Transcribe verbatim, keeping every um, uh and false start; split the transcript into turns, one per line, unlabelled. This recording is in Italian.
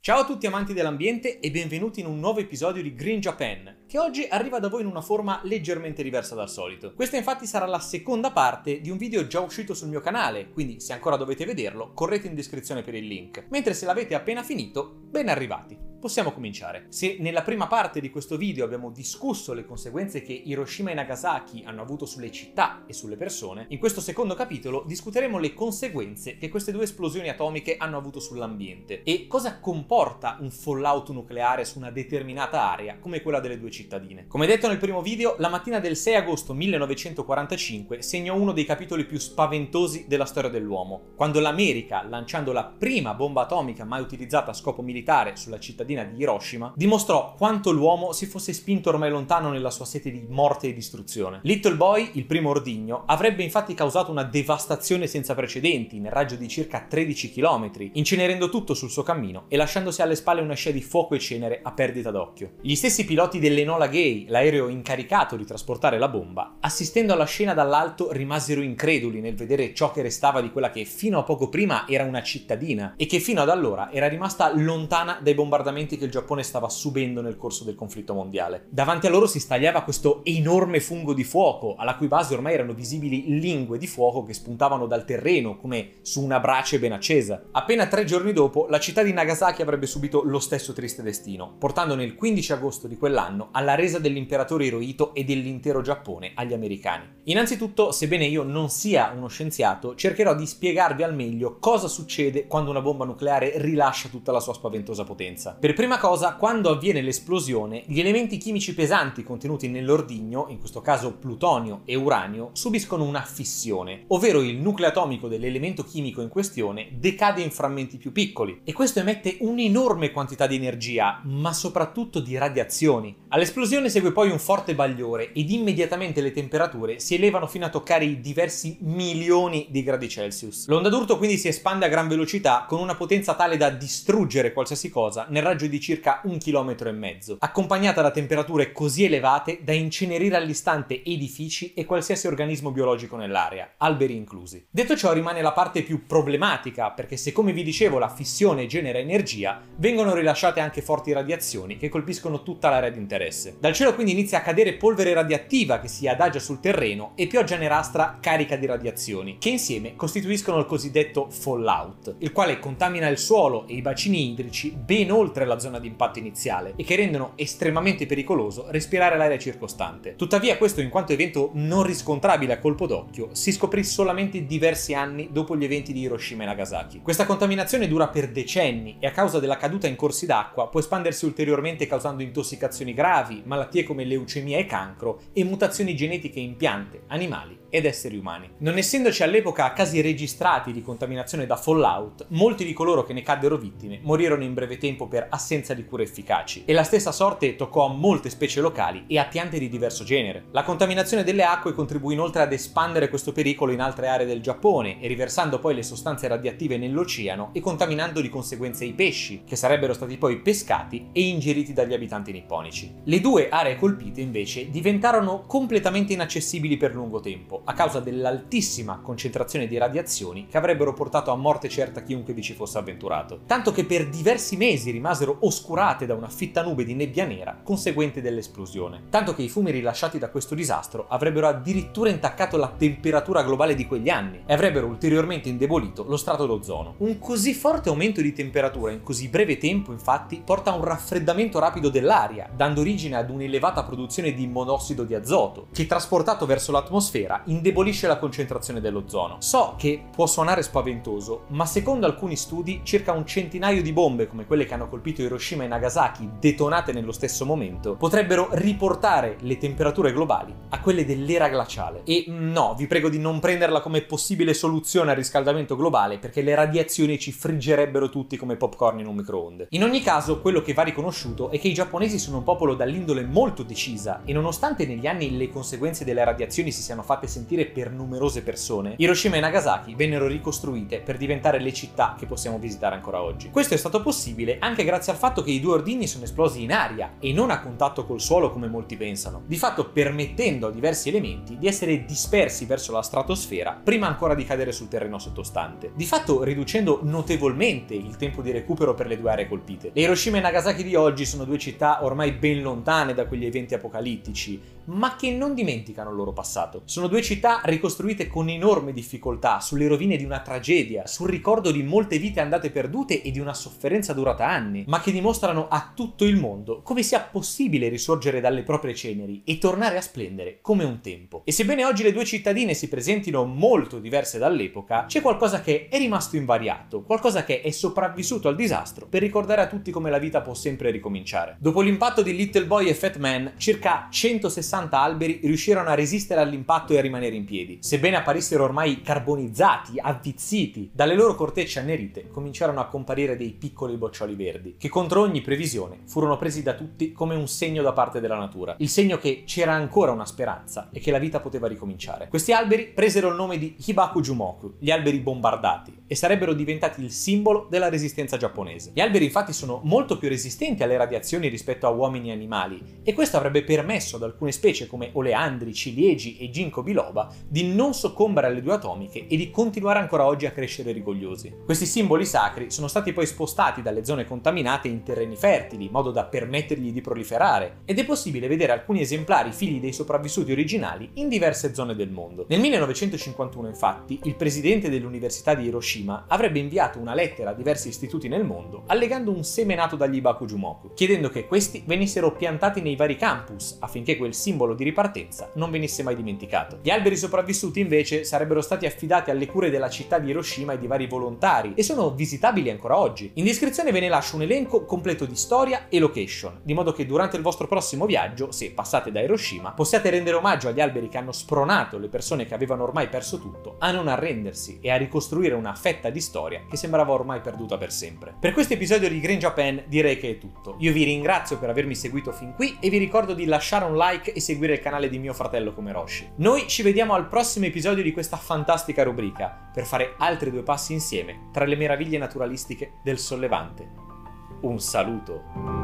Ciao a tutti amanti dell'ambiente e benvenuti in un nuovo episodio di Green Japan, che oggi arriva da voi in una forma leggermente diversa dal solito. Questa infatti sarà la seconda parte di un video già uscito sul mio canale, quindi se ancora dovete vederlo, correte in descrizione per il link. Mentre se l'avete appena finito, ben arrivati. Possiamo cominciare. Se nella prima parte di questo video abbiamo discusso le conseguenze che Hiroshima e Nagasaki hanno avuto sulle città e sulle persone, in questo secondo capitolo discuteremo le conseguenze che queste due esplosioni atomiche hanno avuto sull'ambiente e cosa comporta un fallout nucleare su una determinata area come quella delle due cittadine. Come detto nel primo video, la mattina del sei agosto millenovecentoquarantacinque segnò uno dei capitoli più spaventosi della storia dell'uomo, quando l'America, lanciando la prima bomba atomica mai utilizzata a scopo militare sulla cittadina di Hiroshima, dimostrò quanto l'uomo si fosse spinto ormai lontano nella sua sete di morte e distruzione. Little Boy, il primo ordigno, avrebbe infatti causato una devastazione senza precedenti nel raggio di circa tredici chilometri, incenerendo tutto sul suo cammino e lasciandosi alle spalle una scia di fuoco e cenere a perdita d'occhio. Gli stessi piloti dell'Enola Gay, l'aereo incaricato di trasportare la bomba, assistendo alla scena dall'alto rimasero increduli nel vedere ciò che restava di quella che fino a poco prima era una cittadina e che fino ad allora era rimasta lontana dai bombardamenti che il Giappone stava subendo nel corso del conflitto mondiale. Davanti a loro si stagliava questo enorme fungo di fuoco, alla cui base ormai erano visibili lingue di fuoco che spuntavano dal terreno come su una brace ben accesa. Appena tre giorni dopo, la città di Nagasaki avrebbe subito lo stesso triste destino, portando nel quindici agosto di quell'anno alla resa dell'imperatore Hirohito e dell'intero Giappone agli americani. Innanzitutto, sebbene io non sia uno scienziato, cercherò di spiegarvi al meglio cosa succede quando una bomba nucleare rilascia tutta la sua spaventosa potenza. Per prima cosa, quando avviene l'esplosione, gli elementi chimici pesanti contenuti nell'ordigno, in questo caso plutonio e uranio, subiscono una fissione, ovvero il nucleo atomico dell'elemento chimico in questione decade in frammenti più piccoli e questo emette un'enorme quantità di energia, ma soprattutto di radiazioni. All'esplosione segue poi un forte bagliore ed immediatamente le temperature si elevano fino a toccare i diversi milioni di gradi Celsius. L'onda d'urto quindi si espande a gran velocità con una potenza tale da distruggere qualsiasi cosa nel raggio di circa un chilometro e mezzo, accompagnata da temperature così elevate da incenerire all'istante edifici e qualsiasi organismo biologico nell'area, alberi inclusi. Detto ciò, rimane la parte più problematica, perché se come vi dicevo la fissione genera energia, vengono rilasciate anche forti radiazioni che colpiscono tutta l'area di interesse. Dal cielo quindi inizia a cadere polvere radioattiva che si adagia sul terreno e pioggia nerastra carica di radiazioni, che insieme costituiscono il cosiddetto fallout, il quale contamina il suolo e i bacini idrici ben oltre la zona di impatto iniziale e che rendono estremamente pericoloso respirare l'aria circostante. Tuttavia questo, in quanto evento non riscontrabile a colpo d'occhio, si scoprì solamente diversi anni dopo gli eventi di Hiroshima e Nagasaki. Questa contaminazione dura per decenni e a causa della caduta in corsi d'acqua può espandersi ulteriormente causando intossicazioni gravi, malattie come leucemia e cancro e mutazioni genetiche in piante, animali ed esseri umani. Non essendoci all'epoca casi registrati di contaminazione da fallout, molti di coloro che ne caddero vittime morirono in breve tempo per assenza di cure efficaci e la stessa sorte toccò a molte specie locali e a piante di diverso genere. La contaminazione delle acque contribuì inoltre ad espandere questo pericolo in altre aree del Giappone e riversando poi le sostanze radioattive nell'oceano e contaminando di conseguenza i pesci, che sarebbero stati poi pescati e ingeriti dagli abitanti nipponici. Le due aree colpite invece diventarono completamente inaccessibili per lungo tempo, a causa dell'altissima concentrazione di radiazioni che avrebbero portato a morte certa chiunque vi ci fosse avventurato. Tanto che per diversi mesi rimasero oscurate da una fitta nube di nebbia nera conseguente dell'esplosione. Tanto che i fumi rilasciati da questo disastro avrebbero addirittura intaccato la temperatura globale di quegli anni e avrebbero ulteriormente indebolito lo strato d'ozono. Un così forte aumento di temperatura in così breve tempo, infatti, porta a un raffreddamento rapido dell'aria, dando origine ad un'elevata produzione di monossido di azoto, che trasportato verso l'atmosfera indebolisce la concentrazione dell'ozono. So che può suonare spaventoso, ma secondo alcuni studi circa un centinaio di bombe come quelle che hanno colpito Hiroshima e Nagasaki, detonate nello stesso momento, potrebbero riportare le temperature globali a quelle dell'era glaciale. E no, vi prego di non prenderla come possibile soluzione al riscaldamento globale, perché le radiazioni ci friggerebbero tutti come popcorn in un microonde. In ogni caso, quello che va riconosciuto è che i giapponesi sono un popolo dall'indole molto decisa e nonostante negli anni le conseguenze delle radiazioni si siano fatte sentire per numerose persone, Hiroshima e Nagasaki vennero ricostruite per diventare le città che possiamo visitare ancora oggi. Questo è stato possibile anche grazie grazie al fatto che i due ordigni sono esplosi in aria e non a contatto col suolo come molti pensano, di fatto permettendo a diversi elementi di essere dispersi verso la stratosfera prima ancora di cadere sul terreno sottostante, di fatto riducendo notevolmente il tempo di recupero per le due aree colpite. Le Hiroshima e Nagasaki di oggi sono due città ormai ben lontane da quegli eventi apocalittici, ma che non dimenticano il loro passato. Sono due città ricostruite con enorme difficoltà, sulle rovine di una tragedia, sul ricordo di molte vite andate perdute e di una sofferenza durata anni, ma che dimostrano a tutto il mondo come sia possibile risorgere dalle proprie ceneri e tornare a splendere come un tempo. E sebbene oggi le due cittadine si presentino molto diverse dall'epoca, c'è qualcosa che è rimasto invariato, qualcosa che è sopravvissuto al disastro per ricordare a tutti come la vita può sempre ricominciare. Dopo l'impatto di Little Boy e Fat Man, circa centosessanta alberi riuscirono a resistere all'impatto e a rimanere in piedi. Sebbene apparissero ormai carbonizzati, avvizziti, dalle loro cortecce annerite cominciarono a comparire dei piccoli boccioli verdi, che contro ogni previsione furono presi da tutti come un segno da parte della natura, il segno che c'era ancora una speranza e che la vita poteva ricominciare. Questi alberi presero il nome di Hibaku-jumoku, gli alberi bombardati, e sarebbero diventati il simbolo della resistenza giapponese. Gli alberi infatti sono molto più resistenti alle radiazioni rispetto a uomini e animali, e questo avrebbe permesso ad alcune specie come oleandri, ciliegi e ginkgo biloba di non soccombere alle due atomiche e di continuare ancora oggi a crescere rigogliosi. Questi simboli sacri sono stati poi spostati dalle zone contaminate in terreni fertili, in modo da permettergli di proliferare, ed è possibile vedere alcuni esemplari figli dei sopravvissuti originali in diverse zone del mondo. Nel millenovecentocinquantuno, infatti, il presidente dell'Università di Hiroshima avrebbe inviato una lettera a diversi istituti nel mondo allegando un seme nato dagli Hibaku-jumoku, chiedendo che questi venissero piantati nei vari campus affinché quel simbolo di ripartenza non venisse mai dimenticato. Gli alberi sopravvissuti invece sarebbero stati affidati alle cure della città di Hiroshima e di vari volontari e sono visitabili ancora oggi. In descrizione ve ne lascio un elenco completo di storia e location, di modo che durante il vostro prossimo viaggio, se passate da Hiroshima, possiate rendere omaggio agli alberi che hanno spronato le persone che avevano ormai perso tutto a non arrendersi e a ricostruire una fetta di storia che sembrava ormai perduta per sempre. Per questo episodio di Green Japan direi che è tutto. Io vi ringrazio per avermi seguito fin qui e vi ricordo di lasciare un like e seguire il canale di mio fratello come Roshi. Noi ci vediamo al prossimo episodio di questa fantastica rubrica per fare altri due passi insieme tra le meraviglie naturalistiche del Sollevante. Un saluto!